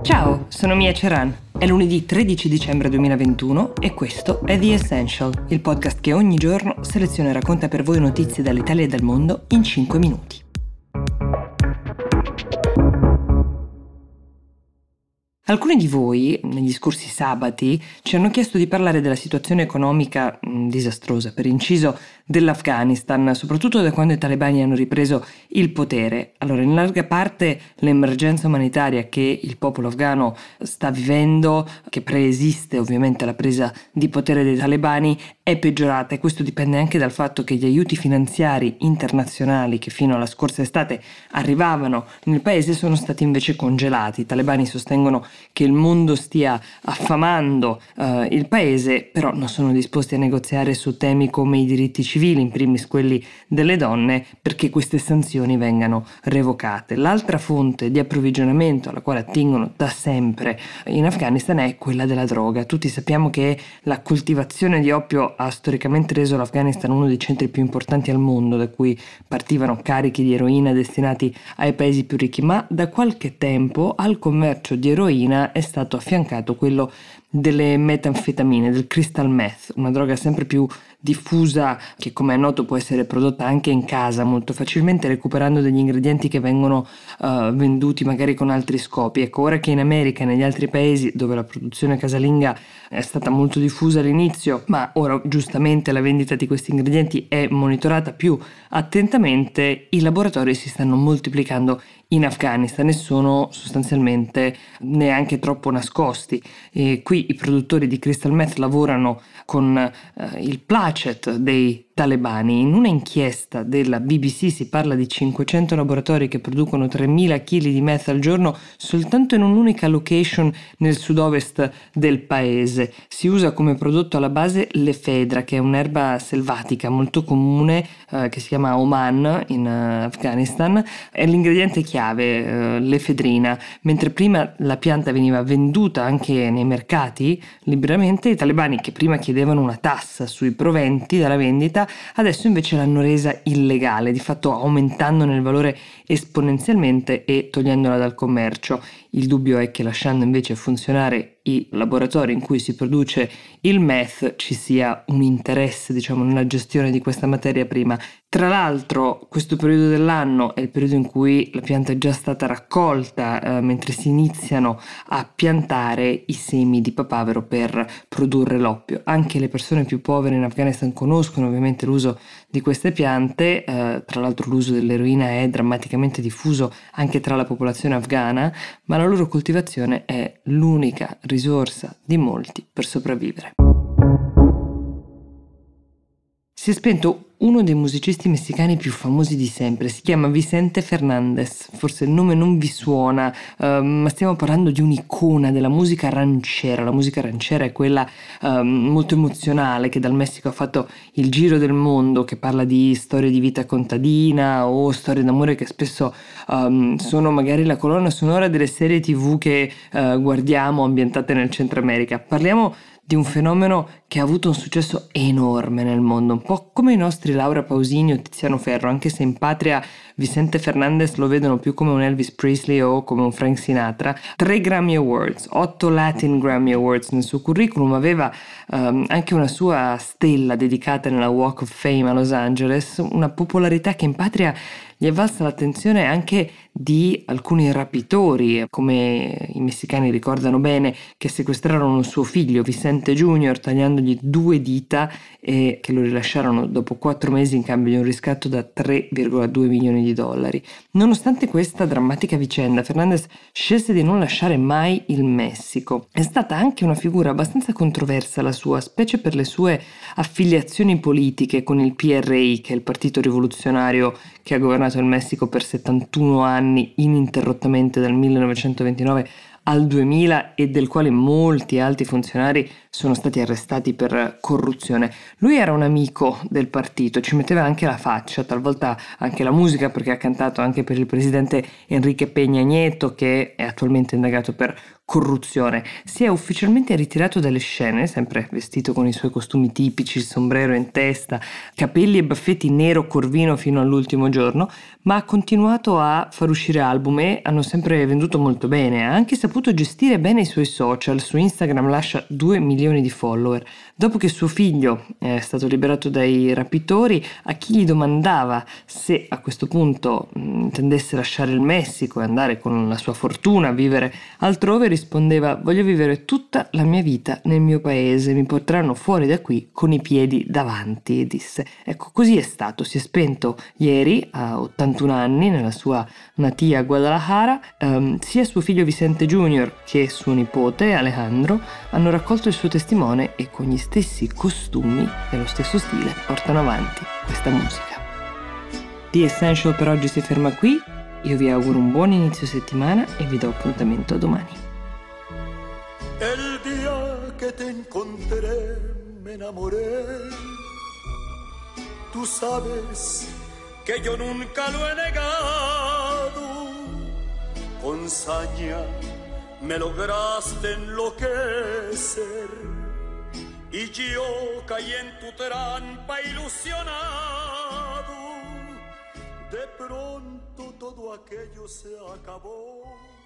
Ciao, sono Mia Ceran. È lunedì 13 dicembre 2021 e questo è The Essential, il podcast che ogni giorno seleziona e racconta per voi notizie dall'Italia e dal mondo in 5 minuti. Alcuni di voi, negli scorsi sabati, ci hanno chiesto di parlare della situazione economica disastrosa, per inciso, dell'Afghanistan, soprattutto da quando i talebani hanno ripreso il potere. Allora, in larga parte l'emergenza umanitaria che il popolo afghano sta vivendo, che preesiste ovviamente alla presa di potere dei talebani, è peggiorata e questo dipende anche dal fatto che gli aiuti finanziari internazionali che fino alla scorsa estate arrivavano nel paese sono stati invece congelati. I talebani sostengono che il mondo stia affamando il paese, però non sono disposti a negoziare su temi come i diritti civili, in primis quelli delle donne, perché queste sanzioni vengano revocate. L'altra fonte di approvvigionamento alla quale attingono da sempre in Afghanistan è quella della droga. Tutti sappiamo che la coltivazione di oppio ha storicamente reso l'Afghanistan uno dei centri più importanti al mondo, da cui partivano carichi di eroina destinati ai paesi più ricchi, ma da qualche tempo al commercio di eroina è stato affiancato quello delle metanfetamine, del crystal meth, una droga sempre più diffusa che, come è noto, può essere prodotta anche in casa molto facilmente, recuperando degli ingredienti che vengono venduti magari con altri scopi. Ecco, ora che in America e negli altri paesi dove la produzione casalinga è stata molto diffusa all'inizio, ma ora giustamente la vendita di questi ingredienti è monitorata più attentamente, i laboratori si stanno moltiplicando in Afghanistan e sono sostanzialmente neanche troppo nascosti. E qui i produttori di crystal meth lavorano con il placet dei talebani. In una inchiesta della BBC si parla di 500 laboratori che producono 3.000 kg di meth al giorno soltanto in un'unica location nel sud-ovest del paese. Si usa come prodotto alla base l'efedra, che è un'erba selvatica molto comune che si chiama Oman in Afghanistan. È l'ingrediente chiave, l'efedrina. Mentre prima la pianta veniva venduta anche nei mercati liberamente, i talebani, che prima chiedevano una tassa sui proventi dalla vendita, adesso invece l'hanno resa illegale, di fatto aumentandone il valore esponenzialmente e togliendola dal commercio. Il dubbio è che, lasciando invece funzionare i laboratori in cui si produce il meth, ci sia un interesse, nella gestione di questa materia prima. Tra l'altro, questo periodo dell'anno è il periodo in cui la pianta è già stata raccolta, mentre si iniziano a piantare i semi di papavero per produrre l'oppio. Anche le persone più povere in Afghanistan conoscono ovviamente l'uso di queste piante, tra l'altro l'uso dell'eroina è drammaticamente diffuso anche tra la popolazione afghana, ma la loro coltivazione è l'unica risorsa di molti per sopravvivere. Si è spento uno dei musicisti messicani più famosi di sempre, si chiama Vicente Fernández. Forse il nome non vi suona, ma stiamo parlando di un'icona della musica ranchera. La musica ranchera è quella molto emozionale che dal Messico ha fatto il giro del mondo, che parla di storie di vita contadina o storie d'amore che spesso sono magari la colonna sonora delle serie TV che guardiamo ambientate nel Centro America. Parliamo di un fenomeno che ha avuto un successo enorme nel mondo, un po' come i nostri Laura Pausini o Tiziano Ferro, anche se in patria Vicente Fernández lo vedono più come un Elvis Presley o come un Frank Sinatra. 3 Grammy Awards, 8 Latin Grammy Awards nel suo curriculum, aveva anche una sua stella dedicata nella Walk of Fame a Los Angeles, una popolarità che in patria gli è valsa l'attenzione anche di alcuni rapitori, come i messicani ricordano bene, che sequestrarono suo figlio Vicente Junior tagliandogli 2 dita e che lo rilasciarono dopo 4 mesi in cambio di un riscatto da $3,2 milioni. Nonostante questa drammatica vicenda, Fernández scelse di non lasciare mai il Messico. È stata anche una figura abbastanza controversa la sua, specie per le sue affiliazioni politiche con il PRI, che è il partito rivoluzionario che ha governato il Messico per 71 anni ininterrottamente dal 1929 al 2000 e del quale molti alti funzionari sono stati arrestati per corruzione. Lui era un amico del partito, ci metteva anche la faccia, talvolta anche la musica, perché ha cantato anche per il presidente Enrique Peña Nieto, che è attualmente indagato per corruzione. Si è ufficialmente ritirato dalle scene, sempre vestito con i suoi costumi tipici, il sombrero in testa, capelli e baffetti nero corvino fino all'ultimo giorno, ma ha continuato a far uscire album e hanno sempre venduto molto bene. Ha anche saputo saputo gestire bene i suoi social. Su Instagram lascia 2 milioni di follower. Dopo che suo figlio è stato liberato dai rapitori, a chi gli domandava se a questo punto intendesse lasciare il Messico e andare con la sua fortuna a vivere altrove, rispondeva: voglio vivere tutta la mia vita nel mio paese, mi porteranno fuori da qui con i piedi davanti, disse. Ecco, così è stato. Si è spento ieri a 81 anni nella sua natia Guadalajara. Sia suo figlio Vicente Junior che suo nipote Alejandro hanno raccolto il suo testimone e con gli stessi costumi e lo stesso stile portano avanti questa musica. The Essential per oggi si ferma qui. Io vi auguro un buon inizio settimana e vi do appuntamento a domani. El día que te encontré me enamoré. Tú sabes que yo nunca lo he negado. Con saña me lograste enloquecer y yo caí en tu trampa ilusionado. De pronto todo aquello se acabó.